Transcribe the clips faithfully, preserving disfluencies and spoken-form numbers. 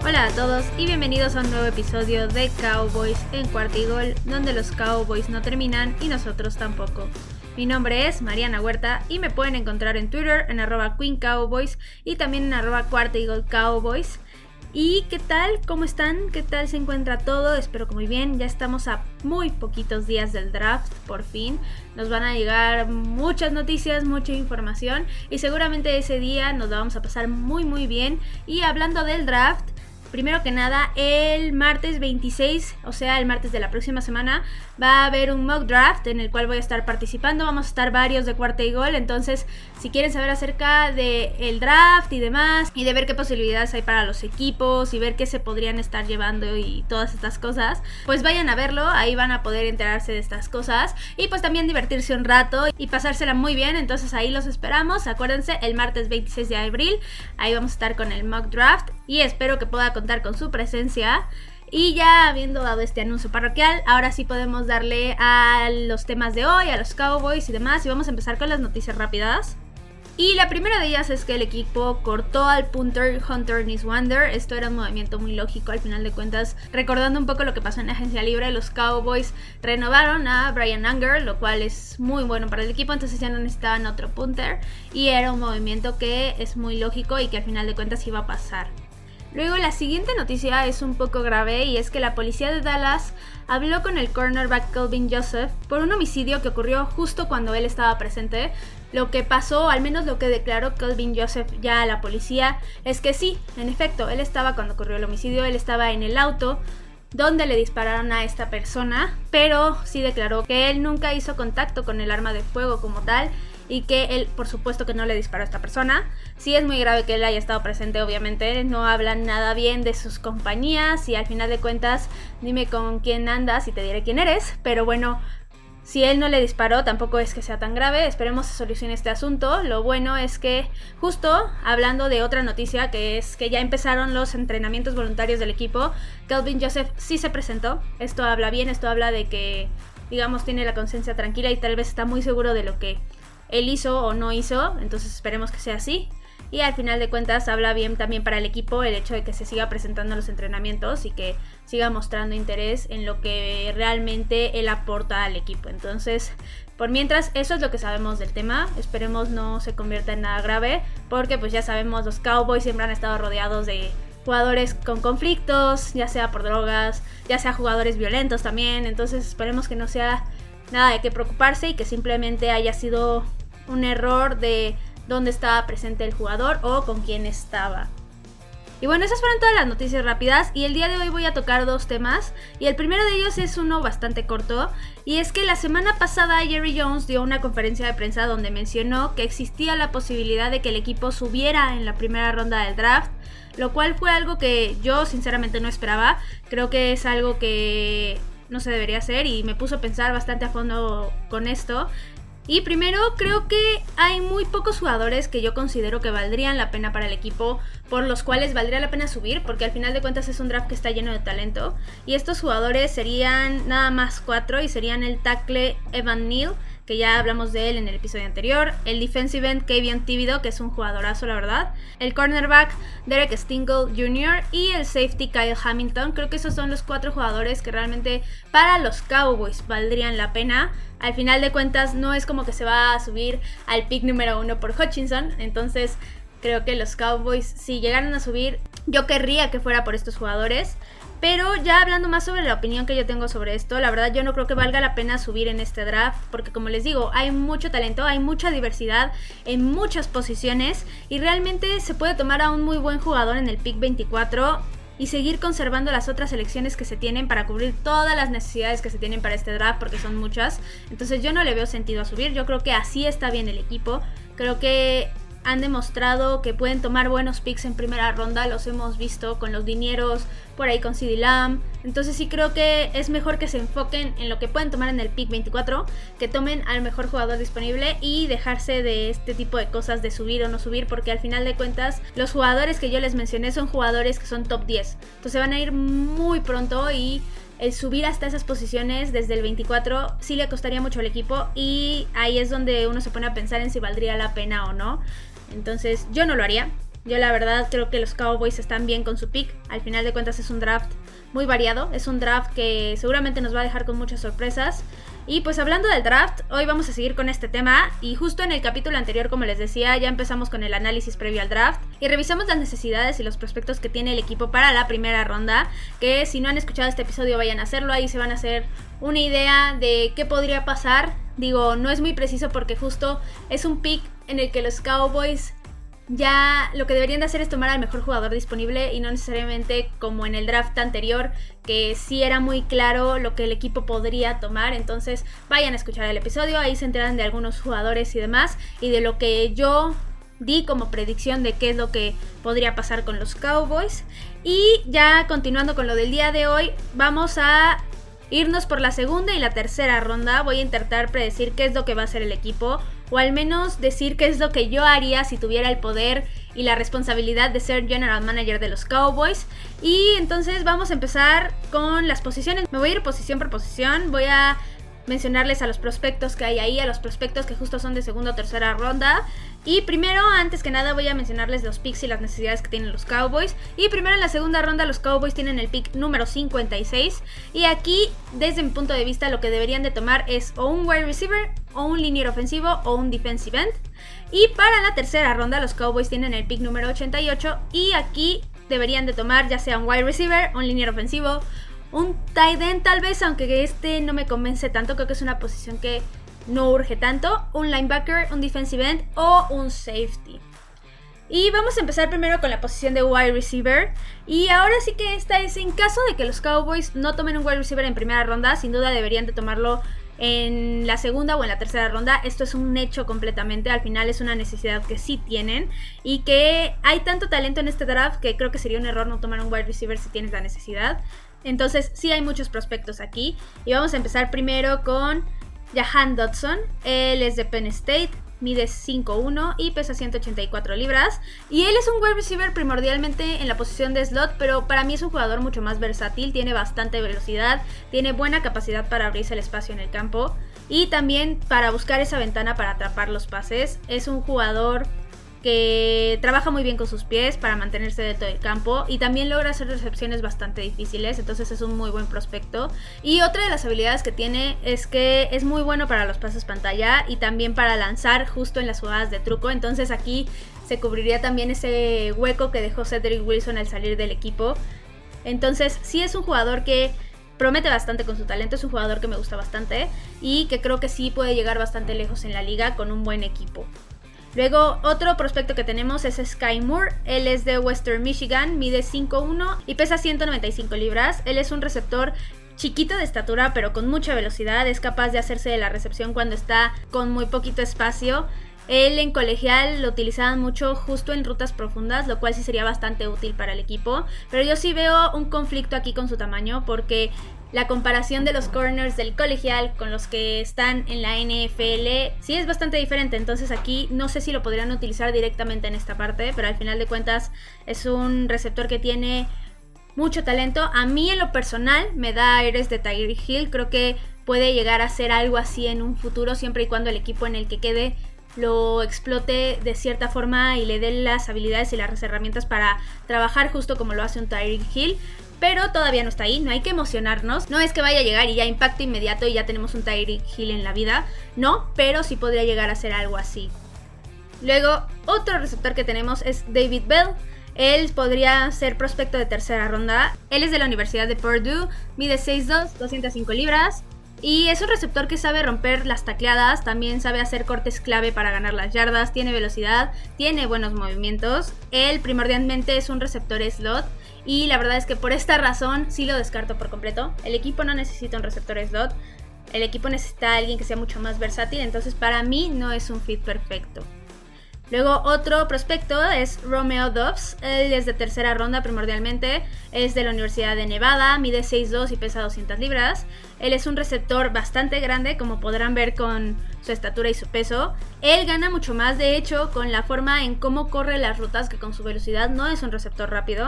Hola a todos y bienvenidos a un nuevo episodio de Cowboys en Cuarta y Gol, donde los Cowboys no terminan y nosotros tampoco. Mi nombre es Mariana Huerta y me pueden encontrar en Twitter en arroba Queen Cowboys y también en arroba Cuarta y Gol Cowboys. ¿Y qué tal? ¿Cómo están? ¿Qué tal se encuentra todo? Espero que muy bien. Ya estamos a muy poquitos días del draft, por fin. Nos van a llegar muchas noticias, mucha información y seguramente ese día nos la vamos a pasar muy muy bien. Y hablando del draft, primero que nada, el martes veintiséis, o sea, el martes de la próxima semana, va a haber un mock draft en el cual voy a estar participando. Vamos a estar varios de Cuarta y Gol, entonces si quieren saber acerca del draft y demás, y de ver qué posibilidades hay para los equipos y ver qué se podrían estar llevando y todas estas cosas, pues vayan a verlo, ahí van a poder enterarse de estas cosas y pues también divertirse un rato y pasársela muy bien. Entonces ahí los esperamos, acuérdense, el martes veintiséis de abril, ahí vamos a estar con el mock draft y espero que pueda contar con su presencia. Y ya habiendo dado este anuncio parroquial, ahora sí podemos darle a los temas de hoy, a los Cowboys y demás, y vamos a empezar con las noticias rápidas. Y la primera de ellas es que el equipo cortó al punter Hunter Niswander. Esto era un movimiento muy lógico al final de cuentas, recordando un poco lo que pasó en la agencia libre. Los Cowboys renovaron a Bryan Anger, lo cual es muy bueno para el equipo, entonces ya no necesitaban otro punter y era un movimiento que es muy lógico y que al final de cuentas iba a pasar. Luego la siguiente noticia es un poco grave y es que la policía de Dallas habló con el cornerback Kelvin Joseph por un homicidio que ocurrió justo cuando él estaba presente. Lo que pasó, al menos lo que declaró Kelvin Joseph ya a la policía, es que sí, en efecto, él estaba cuando ocurrió el homicidio, él estaba en el auto donde le dispararon a esta persona, pero sí declaró que él nunca hizo contacto con el arma de fuego como tal y que él, por supuesto, que no le disparó a esta persona. Sí es muy grave que él haya estado presente, obviamente, no hablan nada bien de sus compañías y al final de cuentas, dime con quién andas y te diré quién eres, pero bueno, si él no le disparó, tampoco es que sea tan grave, esperemos se solucione este asunto. Lo bueno es que, justo hablando de otra noticia, que es que ya empezaron los entrenamientos voluntarios del equipo, Kelvin Joseph sí se presentó. Esto habla bien, esto habla de que, digamos, tiene la conciencia tranquila y tal vez está muy seguro de lo que él hizo o no hizo, entonces esperemos que sea así. Y al final de cuentas habla bien también para el equipo el hecho de que se siga presentando en los entrenamientos y que siga mostrando interés en lo que realmente él aporta al equipo. Entonces, por mientras, eso es lo que sabemos del tema. Esperemos no se convierta en nada grave, porque pues ya sabemos, los Cowboys siempre han estado rodeados de jugadores con conflictos, ya sea por drogas, ya sea jugadores violentos también. Entonces esperemos que no sea nada de qué preocuparse y que simplemente haya sido un error de dónde estaba presente el jugador o con quién estaba. Y bueno, esas fueron todas las noticias rápidas y el día de hoy voy a tocar dos temas y el primero de ellos es uno bastante corto y es que la semana pasada Jerry Jones dio una conferencia de prensa donde mencionó que existía la posibilidad de que el equipo subiera en la primera ronda del draft, lo cual fue algo que yo sinceramente no esperaba. Creo que es algo que no se debería hacer y me puso a pensar bastante a fondo con esto. Y primero, creo que hay muy pocos jugadores que yo considero que valdrían la pena para el equipo, por los cuales valdría la pena subir, porque al final de cuentas es un draft que está lleno de talento. Y estos jugadores serían nada más cuatro y serían el tackle Evan Neal, que ya hablamos de él en el episodio anterior, el defensive end Kayvon Thibodeaux, que es un jugadorazo la verdad, el cornerback Derek Stingley junior y el safety Kyle Hamilton. Creo que esos son los cuatro jugadores que realmente para los Cowboys valdrían la pena. Al final de cuentas no es como que se va a subir al pick número uno por Hutchinson, entonces creo que los Cowboys, si llegaran a subir, yo querría que fuera por estos jugadores. Pero ya hablando más sobre la opinión que yo tengo sobre esto, la verdad yo no creo que valga la pena subir en este draft, porque como les digo, hay mucho talento, hay mucha diversidad en muchas posiciones y realmente se puede tomar a un muy buen jugador en el pick veinticuatro y seguir conservando las otras selecciones que se tienen para cubrir todas las necesidades que se tienen para este draft, porque son muchas. Entonces yo no le veo sentido a subir, yo creo que así está bien el equipo, creo que han demostrado que pueden tomar buenos picks en primera ronda, los hemos visto con los dinieros, por ahí con CeeDee Lamb. Entonces sí creo que es mejor que se enfoquen en lo que pueden tomar en el pick veinticuatro, que tomen al mejor jugador disponible y dejarse de este tipo de cosas de subir o no subir, porque al final de cuentas los jugadores que yo les mencioné son jugadores que son top diez, entonces van a ir muy pronto y el subir hasta esas posiciones desde el veinticuatro sí le costaría mucho al equipo y ahí es donde uno se pone a pensar en si valdría la pena o no. Entonces yo no lo haría. Yo la verdad creo que los Cowboys están bien con su pick. Al final de cuentas es un draft muy variado. Es un draft que seguramente nos va a dejar con muchas sorpresas. Y pues hablando del draft, hoy vamos a seguir con este tema. Y justo en el capítulo anterior, como les decía, ya empezamos con el análisis previo al draft. Y revisamos las necesidades y los prospectos que tiene el equipo para la primera ronda. Que si no han escuchado este episodio, vayan a hacerlo. Ahí se van a hacer una idea de qué podría pasar. Digo, no es muy preciso porque justo es un pick en el que los Cowboys ya lo que deberían de hacer es tomar al mejor jugador disponible y no necesariamente como en el draft anterior, que sí era muy claro lo que el equipo podría tomar. Entonces vayan a escuchar el episodio, ahí se enteran de algunos jugadores y demás, y de lo que yo di como predicción de qué es lo que podría pasar con los Cowboys. Y ya continuando con lo del día de hoy, vamos a irnos por la segunda y la tercera ronda. Voy a intentar predecir qué es lo que va a hacer el equipo, o al menos decir qué es lo que yo haría si tuviera el poder y la responsabilidad de ser General Manager de los Cowboys. Y entonces vamos a empezar con las posiciones. Me voy a ir posición por posición. Voy a mencionarles a los prospectos que hay ahí, a los prospectos que justo son de segunda o tercera ronda. Y primero, antes que nada, voy a mencionarles los picks y las necesidades que tienen los Cowboys. Y primero, en la segunda ronda, los Cowboys tienen el pick número cincuenta y seis. Y aquí, desde mi punto de vista, lo que deberían de tomar es o un wide receiver, o un linear ofensivo, o un defensive end. Y para la tercera ronda, los Cowboys tienen el pick número ochenta y ocho. Y aquí deberían de tomar ya sea un wide receiver, un linear ofensivo, un tight end tal vez, aunque este no me convence tanto. Creo que es una posición que no urge tanto. Un linebacker, un defensive end o un safety. Y vamos a empezar primero con la posición de wide receiver. Y ahora sí que esta es en caso de que los Cowboys no tomen un wide receiver en primera ronda. Sin duda deberían de tomarlo en la segunda o en la tercera ronda. Esto es un hecho completamente. Al final es una necesidad que sí tienen, y que hay tanto talento en este draft que creo que sería un error no tomar un wide receiver si tienes la necesidad. Entonces sí hay muchos prospectos aquí. Y vamos a empezar primero con Jahan Dotson. Él es de Penn State, mide cinco uno y pesa ciento ochenta y cuatro libras. Y él es un wide receiver primordialmente en la posición de slot, pero para mí es un jugador mucho más versátil. Tiene bastante velocidad, tiene buena capacidad para abrirse el espacio en el campo y también para buscar esa ventana para atrapar los pases. Es un jugador que trabaja muy bien con sus pies para mantenerse dentro del campo y también logra hacer recepciones bastante difíciles, entonces es un muy buen prospecto. Y otra de las habilidades que tiene es que es muy bueno para los pases pantalla y también para lanzar justo en las jugadas de truco, entonces aquí se cubriría también ese hueco que dejó Cedric Wilson al salir del equipo. Entonces sí es un jugador que promete bastante con su talento, es un jugador que me gusta bastante y que creo que sí puede llegar bastante lejos en la liga con un buen equipo. Luego, otro prospecto que tenemos es Sky Moore. Él es de Western Michigan, mide cinco uno y pesa ciento noventa y cinco libras. Él es un receptor chiquito de estatura, pero con mucha velocidad. Es capaz de hacerse de la recepción cuando está con muy poquito espacio. Él en colegial lo utilizaban mucho justo en rutas profundas, lo cual sí sería bastante útil para el equipo. Pero yo sí veo un conflicto aquí con su tamaño, porque la comparación de los corners del colegial con los que están en la N F L sí es bastante diferente. Entonces aquí no sé si lo podrían utilizar directamente en esta parte, pero al final de cuentas es un receptor que tiene mucho talento. A mí en lo personal me da aires de Tyreek Hill. Creo que puede llegar a ser algo así en un futuro, siempre y cuando el equipo en el que quede lo explote de cierta forma y le dé las habilidades y las herramientas para trabajar justo como lo hace un Tyreek Hill. Pero todavía no está ahí, no hay que emocionarnos. No es que vaya a llegar y ya impacto inmediato y ya tenemos un Tyreek Hill en la vida. No, pero sí podría llegar a ser algo así. Luego, otro receptor que tenemos es David Bell. Él podría ser prospecto de tercera ronda. Él es de la Universidad de Purdue, mide seis dos, doscientas cinco libras. Y es un receptor que sabe romper las tacleadas, también sabe hacer cortes clave para ganar las yardas, tiene velocidad, tiene buenos movimientos. Él primordialmente es un receptor slot y la verdad es que por esta razón sí lo descarto por completo. El equipo no necesita un receptor slot, el equipo necesita a alguien que sea mucho más versátil, entonces para mí no es un fit perfecto. Luego otro prospecto es Romeo Doubs. Él es de tercera ronda primordialmente, es de la Universidad de Nevada, mide seis dos y pesa doscientas libras. Él es un receptor bastante grande, como podrán ver con su estatura y su peso. Él gana mucho más, de hecho, con la forma en cómo corre las rutas que con su velocidad. No es un receptor rápido,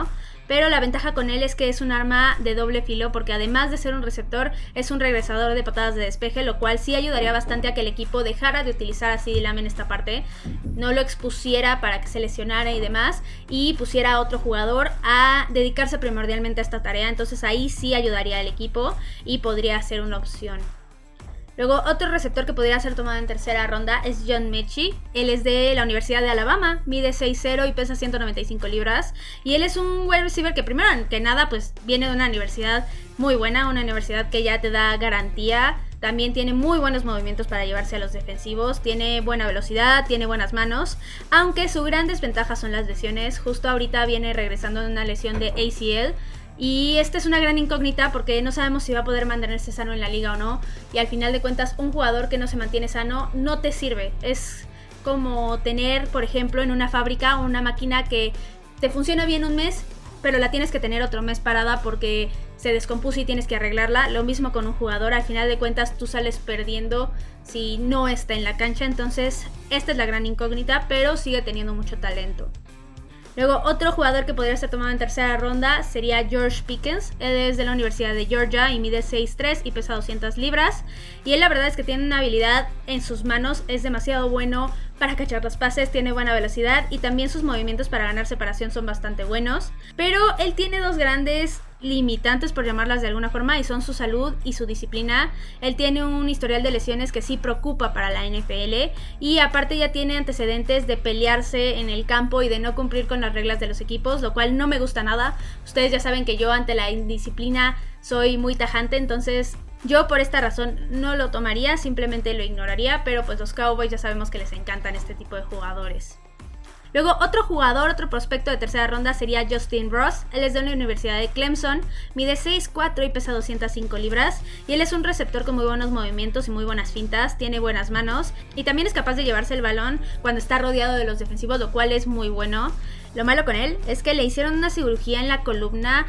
pero la ventaja con él es que es un arma de doble filo, porque además de ser un receptor, es un regresador de patadas de despeje, lo cual sí ayudaría bastante a que el equipo dejara de utilizar a CeeDee Lamb en esta parte, no lo expusiera para que se lesionara y demás, y pusiera a otro jugador a dedicarse primordialmente a esta tarea. Entonces ahí sí ayudaría al equipo y podría ser una opción. Luego, otro receptor que podría ser tomado en tercera ronda es John Mechie. Él es de la Universidad de Alabama, mide seis cero y pesa ciento noventa y cinco libras. Y él es un wide receiver que primero que nada pues viene de una universidad muy buena, una universidad que ya te da garantía. También tiene muy buenos movimientos para llevarse a los defensivos, tiene buena velocidad, tiene buenas manos, aunque su gran desventaja son las lesiones. Justo ahorita viene regresando de una lesión de A C L. Y esta es una gran incógnita porque no sabemos si va a poder mantenerse sano en la liga o no. Y al final de cuentas, un jugador que no se mantiene sano no te sirve. Es como tener, por ejemplo, en una fábrica una máquina que te funciona bien un mes, pero la tienes que tener otro mes parada porque se descompuso y tienes que arreglarla. Lo mismo con un jugador, al final de cuentas tú sales perdiendo si no está en la cancha. Entonces esta es la gran incógnita, pero sigue teniendo mucho talento. Luego, otro jugador que podría ser tomado en tercera ronda sería George Pickens. Él es de la Universidad de Georgia y mide seis tres y pesa doscientas libras. Y él la verdad es que tiene una habilidad en sus manos, es demasiado bueno para cachar los pases, tiene buena velocidad y también sus movimientos para ganar separación son bastante buenos. Pero él tiene dos grandes limitantes, por llamarlas de alguna forma, y son su salud y su disciplina. Él tiene un historial de lesiones que sí preocupa para la N F L y aparte ya tiene antecedentes de pelearse en el campo y de no cumplir con las reglas de los equipos, lo cual no me gusta nada. Ustedes ya saben que yo ante la indisciplina soy muy tajante, entonces yo por esta razón no lo tomaría, simplemente lo ignoraría, pero pues los Cowboys ya sabemos que les encantan este tipo de jugadores. Luego, otro jugador, otro prospecto de tercera ronda sería Justin Ross. Él es de la Universidad de Clemson, mide seis cuatro y pesa doscientas cinco libras. Y él es un receptor con muy buenos movimientos y muy buenas fintas, tiene buenas manos y también es capaz de llevarse el balón cuando está rodeado de los defensivos, lo cual es muy bueno. Lo malo con él es que le hicieron una cirugía en la columna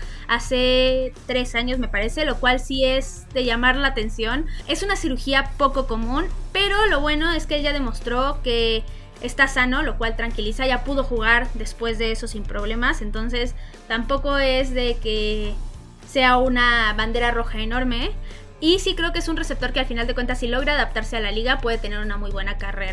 hace tres años me parece, lo cual sí es de llamar la atención. Es una cirugía poco común, pero lo bueno es que él ya demostró que está sano, lo cual tranquiliza, ya pudo jugar después de eso sin problemas, entonces tampoco es de que sea una bandera roja enorme. Y sí creo que es un receptor que al final de cuentas, si logra adaptarse a la liga, puede tener una muy buena carrera.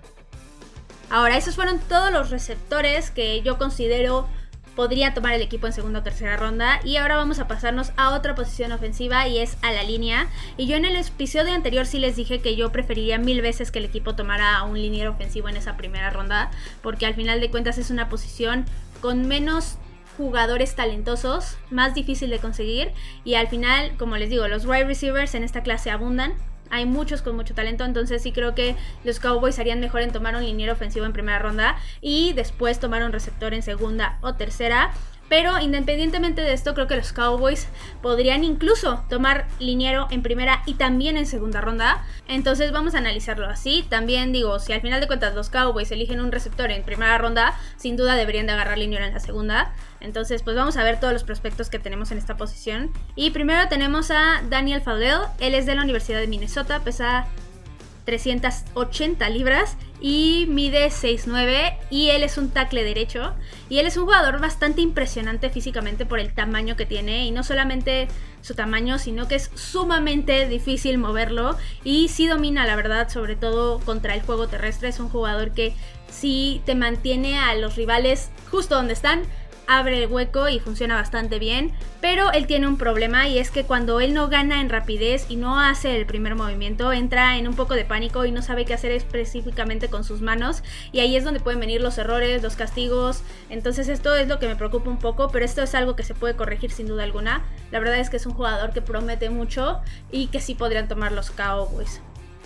Ahora, esos fueron todos los receptores que yo considero podría tomar el equipo en segunda o tercera ronda. Y ahora vamos a pasarnos a otra posición ofensiva y es a la línea. Y yo en el episodio anterior sí les dije que yo preferiría mil veces que el equipo tomara a un liniero ofensivo en esa primera ronda, porque al final de cuentas es una posición con menos jugadores talentosos, más difícil de conseguir. Y al final, como les digo, los wide receivers en esta clase abundan. Hay muchos con mucho talento, entonces sí creo que los Cowboys harían mejor en tomar un liniero ofensivo en primera ronda y después tomar un receptor en segunda o tercera. Pero independientemente de esto, creo que los Cowboys podrían incluso tomar liniero en primera y también en segunda ronda. Entonces vamos a analizarlo así. También digo, si al final de cuentas los Cowboys eligen un receptor en primera ronda, sin duda deberían de agarrar liniero en la segunda. Entonces pues vamos a ver todos los prospectos que tenemos en esta posición. Y primero tenemos a Daniel Faldell. Él es de la Universidad de Minnesota, pesa trescientas ochenta libras y mide seis nueve y él es un tackle derecho y él es un jugador bastante impresionante físicamente por el tamaño que tiene, y no solamente su tamaño, sino que es sumamente difícil moverlo y sí domina, la verdad, sobre todo contra el juego terrestre. Es un jugador que sí te mantiene a los rivales justo donde están, abre el hueco y funciona bastante bien, pero él tiene un problema y es que cuando él no gana en rapidez y no hace el primer movimiento, entra en un poco de pánico y no sabe qué hacer específicamente con sus manos, y ahí es donde pueden venir los errores, los castigos. Entonces esto es lo que me preocupa un poco, pero esto es algo que se puede corregir sin duda alguna. La verdad es que es un jugador que promete mucho y que sí podrían tomar los Cowboys.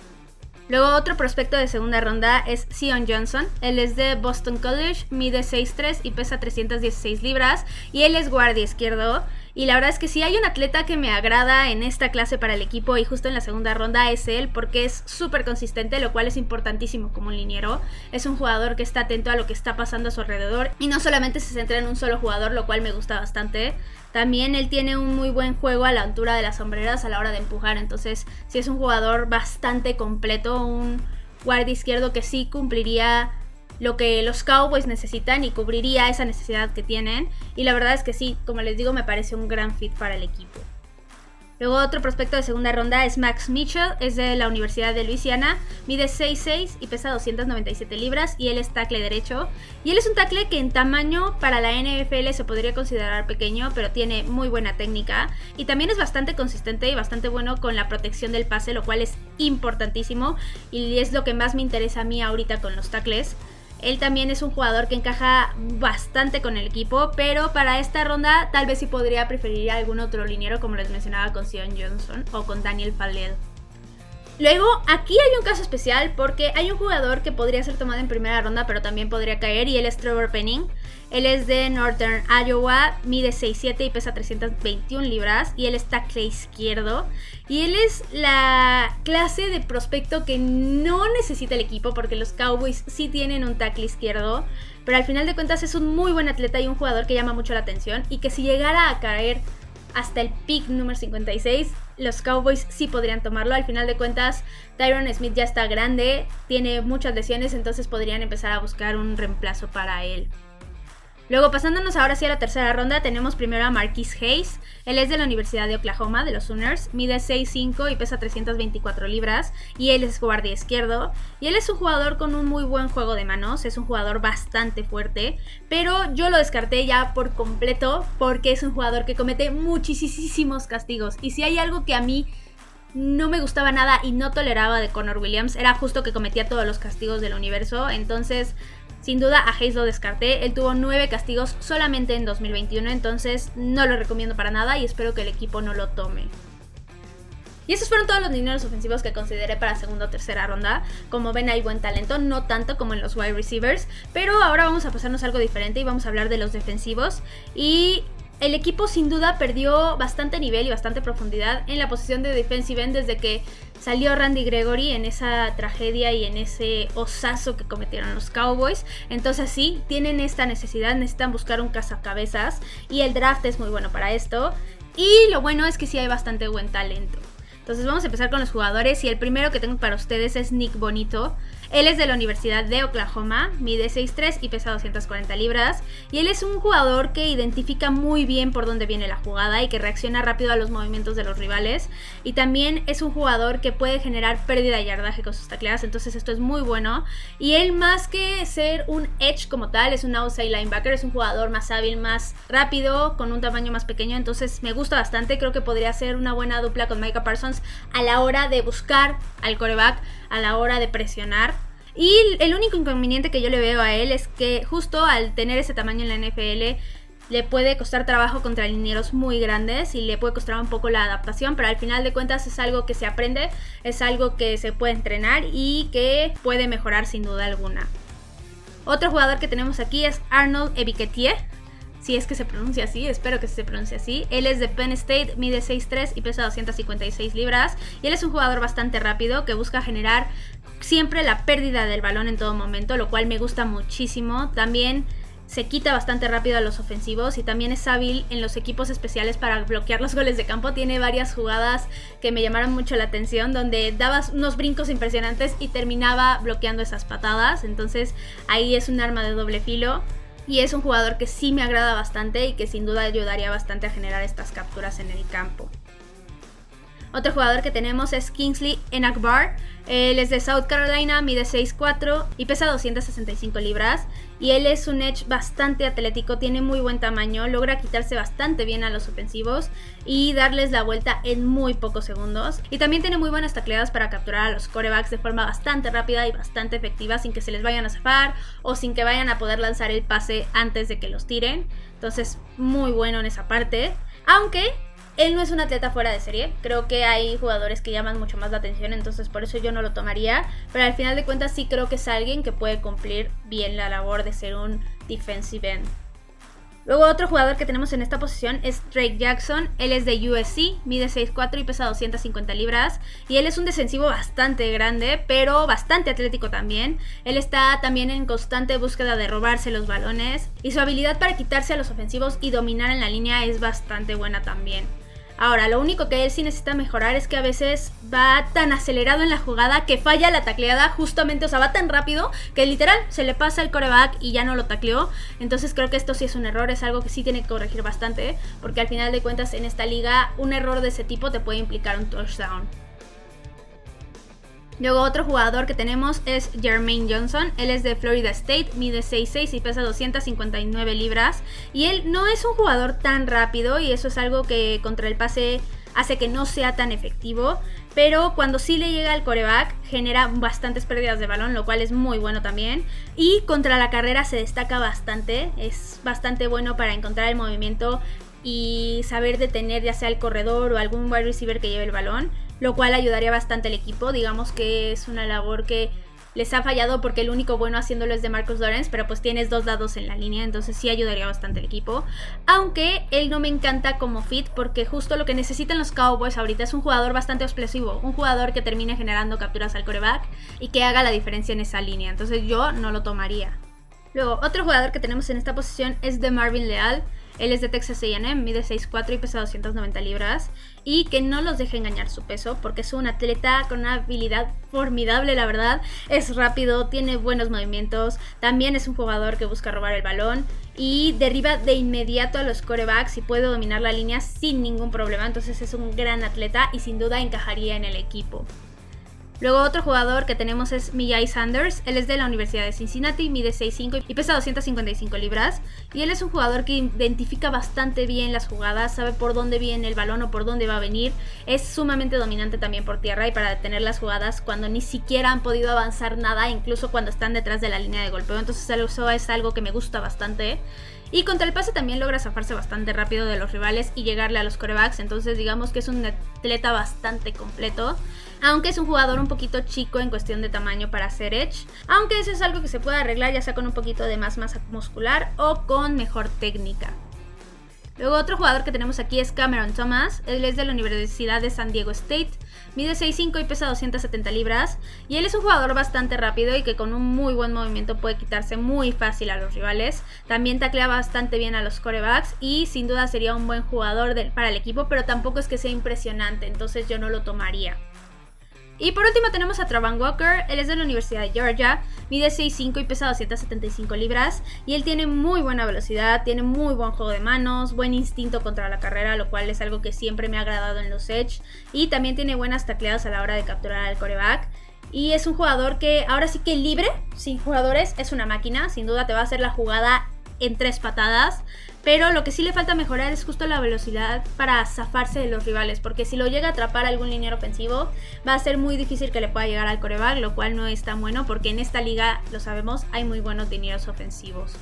Luego otro prospecto de segunda ronda es Zion Johnson. Él es de Boston College, mide seis tres y pesa trescientas dieciséis libras y él es guardia izquierdo. Y la verdad es que si hay un atleta que me agrada en esta clase para el equipo y justo en la segunda ronda es él, porque es súper consistente, lo cual es importantísimo como un liniero. Es un jugador que está atento a lo que está pasando a su alrededor y no solamente se centra en un solo jugador, lo cual me gusta bastante. También él tiene un muy buen juego a la altura de las sombreras a la hora de empujar, entonces sí es un jugador bastante completo, un guardia izquierdo que sí cumpliría lo que los Cowboys necesitan y cubriría esa necesidad que tienen. Y la verdad es que sí, como les digo, me parece un gran fit para el equipo. Luego otro prospecto de segunda ronda es Max Mitchell, es de la Universidad de Luisiana, mide seis seis y pesa doscientas noventa y siete libras y él es tackle derecho. Y él es un tackle que en tamaño para la N F L se podría considerar pequeño, pero tiene muy buena técnica y también es bastante consistente y bastante bueno con la protección del pase, lo cual es importantísimo y es lo que más me interesa a mí ahorita con los tackles. Él también es un jugador que encaja bastante con el equipo, pero para esta ronda tal vez sí podría preferir a algún otro liniero, como les mencionaba con Sion Johnson o con Daniel Fallel. Luego, aquí hay un caso especial porque hay un jugador que podría ser tomado en primera ronda, pero también podría caer, y él es Trevor Penning. Él es de Northern Iowa, mide seis siete y pesa trescientas veintiuna libras, y él es tackle izquierdo. Y él es la clase de prospecto que no necesita el equipo, porque los Cowboys sí tienen un tackle izquierdo, pero al final de cuentas es un muy buen atleta y un jugador que llama mucho la atención, y que si llegara a caer hasta el pick número cincuenta y seis, los Cowboys sí podrían tomarlo. Al final de cuentas, Tyron Smith ya está grande, tiene muchas lesiones, entonces podrían empezar a buscar un reemplazo para él. Luego, pasándonos ahora sí a la tercera ronda, tenemos primero a Marquise Hayes. Él es de la Universidad de Oklahoma, de los Sooners, mide seis cinco y pesa trescientas veinticuatro libras, y él es guardia izquierdo. Y él es un jugador con un muy buen juego de manos, es un jugador bastante fuerte, pero yo lo descarté ya por completo porque es un jugador que comete muchísimos castigos. Y si hay algo que a mí no me gustaba nada y no toleraba de Connor Williams, era justo que cometía todos los castigos del universo. Entonces, sin duda a Hayes lo descarté. Él tuvo nueve castigos solamente en dos mil veintiuno, entonces no lo recomiendo para nada y espero que el equipo no lo tome. Y esos fueron todos los linieros ofensivos que consideré para segunda o tercera ronda. Como ven, hay buen talento, no tanto como en los wide receivers, pero ahora vamos a pasarnos a algo diferente y vamos a hablar de los defensivos. Y el equipo sin duda perdió bastante nivel y bastante profundidad en la posición de defensive end desde que salió Randy Gregory en esa tragedia y en ese osazo que cometieron los Cowboys. Entonces sí, tienen esta necesidad, necesitan buscar un cazacabezas y el draft es muy bueno para esto. Y lo bueno es que sí hay bastante buen talento. Entonces vamos a empezar con los jugadores y el primero que tengo para ustedes es Nick Bonito. Él es de la Universidad de Oklahoma, mide seis tres y pesa doscientas cuarenta libras. Y él es un jugador que identifica muy bien por dónde viene la jugada y que reacciona rápido a los movimientos de los rivales. Y también es un jugador que puede generar pérdida de yardaje con sus tacleadas, entonces esto es muy bueno. Y él, más que ser un edge como tal, es un outside linebacker, es un jugador más hábil, más rápido, con un tamaño más pequeño, entonces me gusta bastante. Creo que podría ser una buena dupla con Micah Parsons a la hora de buscar al quarterback, a la hora de presionar. Y el único inconveniente que yo le veo a él es que justo al tener ese tamaño en la N F L le puede costar trabajo contra linieros muy grandes y le puede costar un poco la adaptación, pero al final de cuentas es algo que se aprende, es algo que se puede entrenar y que puede mejorar sin duda alguna. Otro jugador que tenemos aquí es Arnold Ebiketie, si es que se pronuncia así, espero que se pronuncie así. Él es de Penn State, mide seis tres y pesa doscientas cincuenta y seis libras. Y él es un jugador bastante rápido que busca generar siempre la pérdida del balón en todo momento, lo cual me gusta muchísimo. También se quita bastante rápido a los ofensivos y también es hábil en los equipos especiales para bloquear los goles de campo. Tiene varias jugadas que me llamaron mucho la atención, donde dabas unos brincos impresionantes y terminaba bloqueando esas patadas. Entonces ahí es un arma de doble filo. Y es un jugador que sí me agrada bastante y que sin duda ayudaría bastante a generar estas capturas en el campo. Otro jugador que tenemos es Kingsley Enagbare. Él es de South Carolina, mide seis cuatro y pesa doscientas sesenta y cinco libras. Y él es un edge bastante atlético, tiene muy buen tamaño, logra quitarse bastante bien a los ofensivos y darles la vuelta en muy pocos segundos. Y también tiene muy buenas tacleadas para capturar a los quarterbacks de forma bastante rápida y bastante efectiva, sin que se les vayan a zafar o sin que vayan a poder lanzar el pase antes de que los tiren. Entonces, muy bueno en esa parte. Aunque él no es un atleta fuera de serie, creo que hay jugadores que llaman mucho más la atención, entonces por eso yo no lo tomaría, pero al final de cuentas sí creo que es alguien que puede cumplir bien la labor de ser un defensive end. Luego otro jugador que tenemos en esta posición es Drake Jackson. Él es de U S C, mide seis cuatro y pesa doscientas cincuenta libras. Y él es un defensivo bastante grande, pero bastante atlético también. Él está también en constante búsqueda de robarse los balones. Y su habilidad para quitarse a los ofensivos y dominar en la línea es bastante buena también. Ahora, lo único que él sí necesita mejorar es que a veces va tan acelerado en la jugada que falla la tacleada justamente, o sea, va tan rápido que literal se le pasa el quarterback y ya no lo tacleó. Entonces creo que esto sí es un error, es algo que sí tiene que corregir bastante, porque al final de cuentas en esta liga un error de ese tipo te puede implicar un touchdown. Luego otro jugador que tenemos es Jermaine Johnson. Él es de Florida State, mide seis seis y pesa doscientas cincuenta y nueve libras. Y él no es un jugador tan rápido y eso es algo que contra el pase hace que no sea tan efectivo. Pero cuando sí le llega al quarterback genera bastantes pérdidas de balón, lo cual es muy bueno también. Y contra la carrera se destaca bastante, es bastante bueno para encontrar el movimiento y saber detener ya sea el corredor o algún wide receiver que lleve el balón, lo cual ayudaría bastante al equipo. Digamos que es una labor que les ha fallado porque el único bueno haciéndolo es de Marcus Lawrence, pero pues tienes dos dados en la línea, entonces sí ayudaría bastante al equipo. Aunque él no me encanta como fit, porque justo lo que necesitan los Cowboys ahorita es un jugador bastante explosivo, un jugador que termine generando capturas al quarterback y que haga la diferencia en esa línea, entonces yo no lo tomaría. Luego, otro jugador que tenemos en esta posición es de Marvin Leal. Él es de Texas A and M, mide seis cuatro y pesa doscientas noventa libras. Y que no los deje engañar su peso, porque es un atleta con una habilidad formidable, la verdad. Es rápido, tiene buenos movimientos. También es un jugador que busca robar el balón y derriba de inmediato a los quarterbacks y puede dominar la línea sin ningún problema. Entonces es un gran atleta y sin duda encajaría en el equipo. Luego otro jugador que tenemos es Mijai Sanders. Él es de la Universidad de Cincinnati, mide seis cinco y pesa doscientas cincuenta y cinco libras. Y él es un jugador que identifica bastante bien las jugadas, sabe por dónde viene el balón o por dónde va a venir. Es sumamente dominante también por tierra y para detener las jugadas cuando ni siquiera han podido avanzar nada, incluso cuando están detrás de la línea de golpeo. Entonces eso es algo que me gusta bastante. Y contra el pase también logra zafarse bastante rápido de los rivales y llegarle a los quarterbacks. Entonces digamos que es un atleta bastante completo. Aunque es un jugador un poquito chico en cuestión de tamaño para hacer edge. Aunque eso es algo que se puede arreglar ya sea con un poquito de más masa muscular o con mejor técnica. Luego otro jugador que tenemos aquí es Cameron Thomas. Él es de la Universidad de San Diego State. Mide seis cinco y pesa doscientas setenta libras. Y él es un jugador bastante rápido y que con un muy buen movimiento puede quitarse muy fácil a los rivales. También taclea bastante bien a los quarterbacks y sin duda sería un buen jugador de, para el equipo, pero tampoco es que sea impresionante, entonces yo no lo tomaría. Y por último tenemos a Travan Walker. Él es de la Universidad de Georgia, mide seis cinco y pesa doscientas setenta y cinco libras. Y él tiene muy buena velocidad, tiene muy buen juego de manos, buen instinto contra la carrera, lo cual es algo que siempre me ha agradado en los edge. Y también tiene buenas tacleadas a la hora de capturar al quarterback. Y es un jugador que ahora sí que libre, sin jugadores, es una máquina. Sin duda te va a hacer la jugada en tres patadas. Pero lo que sí le falta mejorar es justo la velocidad para zafarse de los rivales, porque si lo llega a atrapar algún liniero ofensivo va a ser muy difícil que le pueda llegar al quarterback, lo cual no es tan bueno porque en esta liga, lo sabemos, hay muy buenos linieros ofensivos.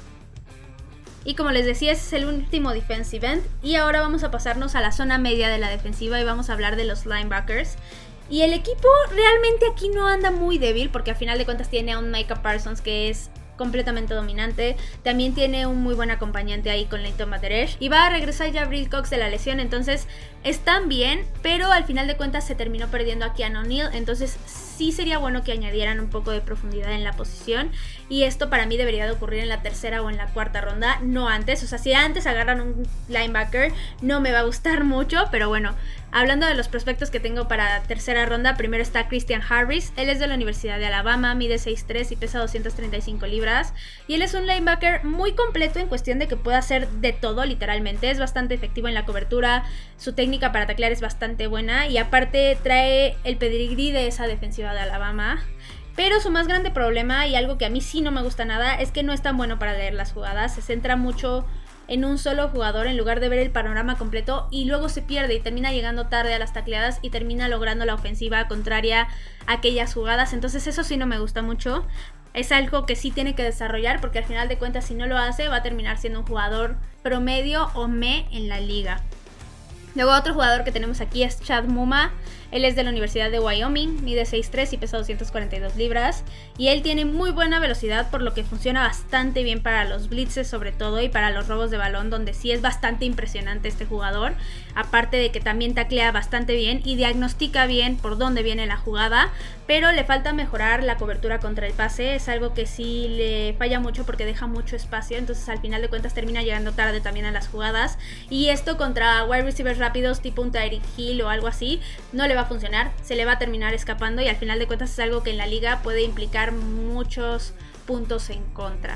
Y como les decía, ese es el último defensive end y ahora vamos a pasarnos a la zona media de la defensiva y vamos a hablar de los linebackers. Y el equipo realmente aquí no anda muy débil porque a final de cuentas tiene a un Micah Parsons que es completamente dominante. También tiene un muy buen acompañante ahí con Leighton Vander Esch. Y va a regresar ya Jabril Cox de la lesión. Entonces están bien, pero al final de cuentas se terminó perdiendo a Keanu Neal. Entonces sí sería bueno que añadieran un poco de profundidad en la posición. Y esto para mí debería de ocurrir en la tercera o en la cuarta ronda, no antes. O sea, si antes agarran un linebacker no me va a gustar mucho, pero bueno. Hablando de los prospectos que tengo para tercera ronda, primero está Christian Harris. Él es de la Universidad de Alabama, mide seis tres y pesa doscientas treinta y cinco libras. Y él es un linebacker muy completo en cuestión de que puede hacer de todo, literalmente. Es bastante efectivo en la cobertura, su técnica para taclear es bastante buena y aparte trae el pedigrí de esa defensiva de Alabama. Pero su más grande problema, y algo que a mí sí no me gusta nada, es que no es tan bueno para leer las jugadas. Se centra mucho en un solo jugador en lugar de ver el panorama completo y luego se pierde y termina llegando tarde a las tacleadas y termina logrando la ofensiva contraria a aquellas jugadas. Entonces eso sí no me gusta mucho. Es algo que sí tiene que desarrollar porque al final de cuentas si no lo hace va a terminar siendo un jugador promedio o me en la liga. Luego otro jugador que tenemos aquí es Chad Muma. Él es de la Universidad de Wyoming, mide seis tres y pesa doscientas cuarenta y dos libras. Y él tiene muy buena velocidad, por lo que funciona bastante bien para los blitzes sobre todo y para los robos de balón, donde sí es bastante impresionante este jugador. Aparte de que también taclea bastante bien y diagnostica bien por dónde viene la jugada, pero le falta mejorar la cobertura contra el pase. Es algo que sí le falla mucho porque deja mucho espacio, entonces al final de cuentas termina llegando tarde también a las jugadas. Y esto contra wide receivers rápidos tipo un Tyreek Hill o algo así no le va a funcionar, se le va a terminar escapando y al final de cuentas es algo que en la liga puede implicar muchos puntos en contra.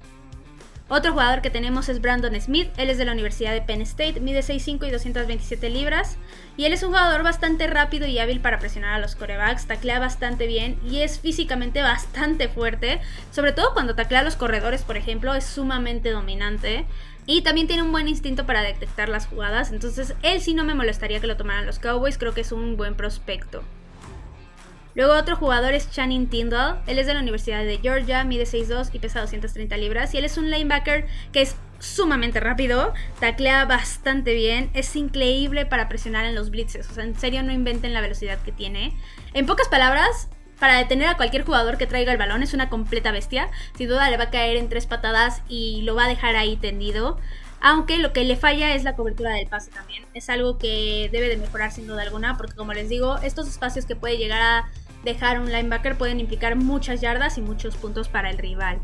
Otro jugador que tenemos es Brandon Smith. Él es de la Universidad de Penn State, mide seis cinco y doscientas veintisiete libras. Y él es un jugador bastante rápido y hábil para presionar a los quarterbacks, taclea bastante bien y es físicamente bastante fuerte. Sobre todo cuando taclea a los corredores, por ejemplo, es sumamente dominante. Y también tiene un buen instinto para detectar las jugadas, entonces él sí no me molestaría que lo tomaran los Cowboys, creo que es un buen prospecto. Luego otro jugador es Channing Tindall. Él es de la Universidad de Georgia, mide seis dos y pesa doscientas treinta libras. Y él es un linebacker que es sumamente rápido, taclea bastante bien, es increíble para presionar en los blitzes. O sea, en serio no inventen la velocidad que tiene. En pocas palabras, para detener a cualquier jugador que traiga el balón es una completa bestia. Sin duda le va a caer en tres patadas y lo va a dejar ahí tendido. Aunque lo que le falla es la cobertura del pase también. Es algo que debe de mejorar sin duda alguna, porque como les digo, estos espacios que puede llegar a dejar un linebacker pueden implicar muchas yardas y muchos puntos para el rival.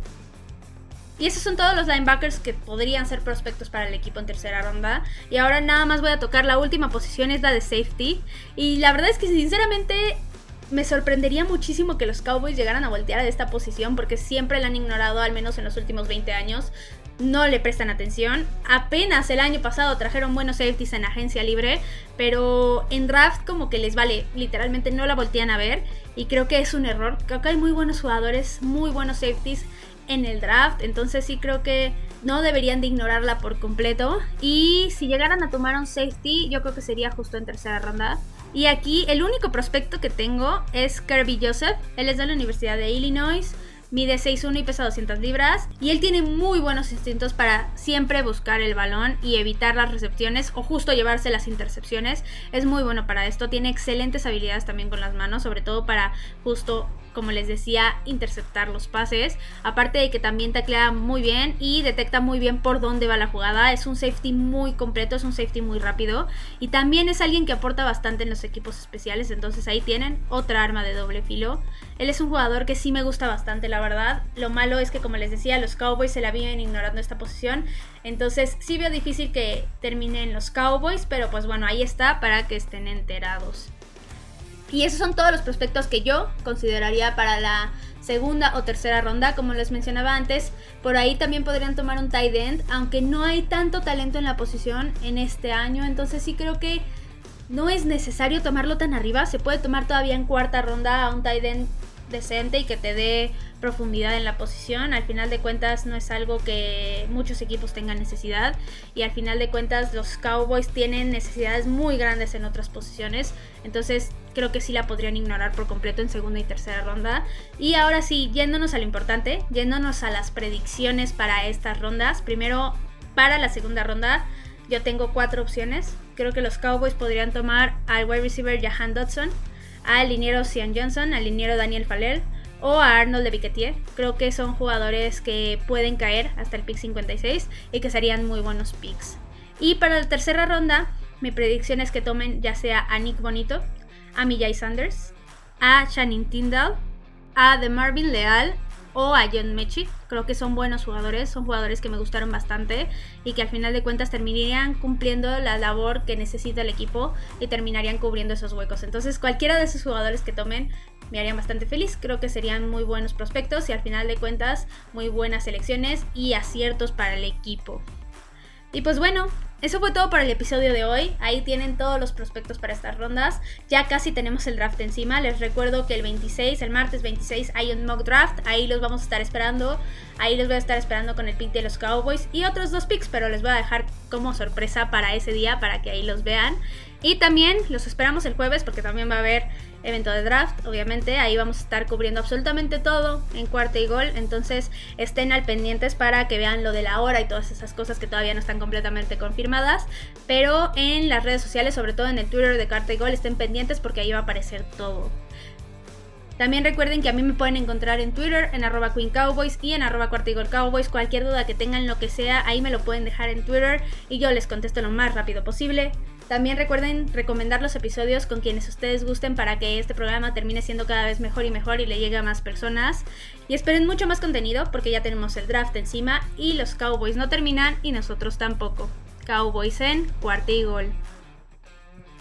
Y esos son todos los linebackers que podrían ser prospectos para el equipo en tercera ronda. Y ahora nada más voy a tocar la última posición, es la de safety. Y la verdad es que sinceramente me sorprendería muchísimo que los Cowboys llegaran a voltear a esta posición, porque siempre la han ignorado, al menos en los últimos veinte años. No le prestan atención. Apenas el año pasado trajeron buenos safeties en agencia libre, pero en draft como que les vale, literalmente no la voltean a ver. Y creo que es un error. Creo que hay muy buenos jugadores, muy buenos safeties en el draft, entonces sí creo que no deberían de ignorarla por completo. Y si llegaran a tomar un safety, yo creo que sería justo en tercera ronda. Y aquí el único prospecto que tengo es Kirby Joseph. Él es de la Universidad de Illinois, mide seis uno y pesa doscientas libras. Y él tiene muy buenos instintos para siempre buscar el balón y evitar las recepciones o justo llevarse las intercepciones. Es muy bueno para esto, tiene excelentes habilidades también con las manos, sobre todo para justo, como les decía, interceptar los pases. Aparte de que también taclea muy bien y detecta muy bien por dónde va la jugada. Es un safety muy completo, es un safety muy rápido. Y también es alguien que aporta bastante en los equipos especiales. Entonces ahí tienen otra arma de doble filo. Él es un jugador que sí me gusta bastante, la verdad. Lo malo es que, como les decía, los Cowboys se la vienen ignorando esta posición. Entonces sí veo difícil que terminen los Cowboys. Pero pues bueno, ahí está para que estén enterados. Y esos son todos los prospectos que yo consideraría para la segunda o tercera ronda. Como les mencionaba antes, por ahí también podrían tomar un tight end, aunque no hay tanto talento en la posición en este año. Entonces sí creo que no es necesario tomarlo tan arriba. Se puede tomar todavía en cuarta ronda a un tight end decente y que te dé profundidad en la posición. Al final de cuentas no es algo que muchos equipos tengan necesidad, y al final de cuentas los Cowboys tienen necesidades muy grandes en otras posiciones, entonces creo que sí la podrían ignorar por completo en segunda y tercera ronda. Y ahora sí, yéndonos a lo importante, yéndonos a las predicciones para estas rondas. Primero, para la segunda ronda yo tengo cuatro opciones. Creo que los Cowboys podrían tomar al wide receiver Jahan Dotson, al liniero Zion Johnson, al liniero Daniel Faller o a Arnold de Biquetier. Creo que son jugadores que pueden caer hasta el pick cincuenta y seis y que serían muy buenos picks. Y para la tercera ronda, mi predicción es que tomen ya sea a Nick Bonito, a Mijay Sanders, a Channing Tindall, a DeMarvin Leal o a John Mechie. Creo que son buenos jugadores, son jugadores que me gustaron bastante y que al final de cuentas terminarían cumpliendo la labor que necesita el equipo y terminarían cubriendo esos huecos. Entonces cualquiera de esos jugadores que tomen me harían bastante feliz. Creo que serían muy buenos prospectos y al final de cuentas muy buenas selecciones y aciertos para el equipo. Y pues bueno, eso fue todo para el episodio de hoy. Ahí tienen todos los prospectos para estas rondas. Ya casi tenemos el draft encima. Les recuerdo que el veintiséis, el martes veintiséis, hay un mock draft. Ahí los vamos a estar esperando. Ahí los voy a estar esperando con el pick de los Cowboys y otros dos picks, pero les voy a dejar como sorpresa para ese día, para que ahí los vean. Y también los esperamos el jueves porque también va a haber evento de draft, obviamente. Ahí vamos a estar cubriendo absolutamente todo en Cuarta y Gol. Entonces estén al pendientes para que vean lo de la hora y todas esas cosas que todavía no están completamente confirmadas. Pero en las redes sociales, sobre todo en el Twitter de Cuarta y Gol, estén pendientes porque ahí va a aparecer todo. También recuerden que a mí me pueden encontrar en Twitter, en arroba Queen Cowboys y en arroba Cuarta y Gol Cowboys. Cualquier duda que tengan, lo que sea, ahí me lo pueden dejar en Twitter y yo les contesto lo más rápido posible. También recuerden recomendar los episodios con quienes ustedes gusten para que este programa termine siendo cada vez mejor y mejor y le llegue a más personas. Y esperen mucho más contenido porque ya tenemos el draft encima y los Cowboys no terminan y nosotros tampoco. Cowboys en Cuarta y Gol.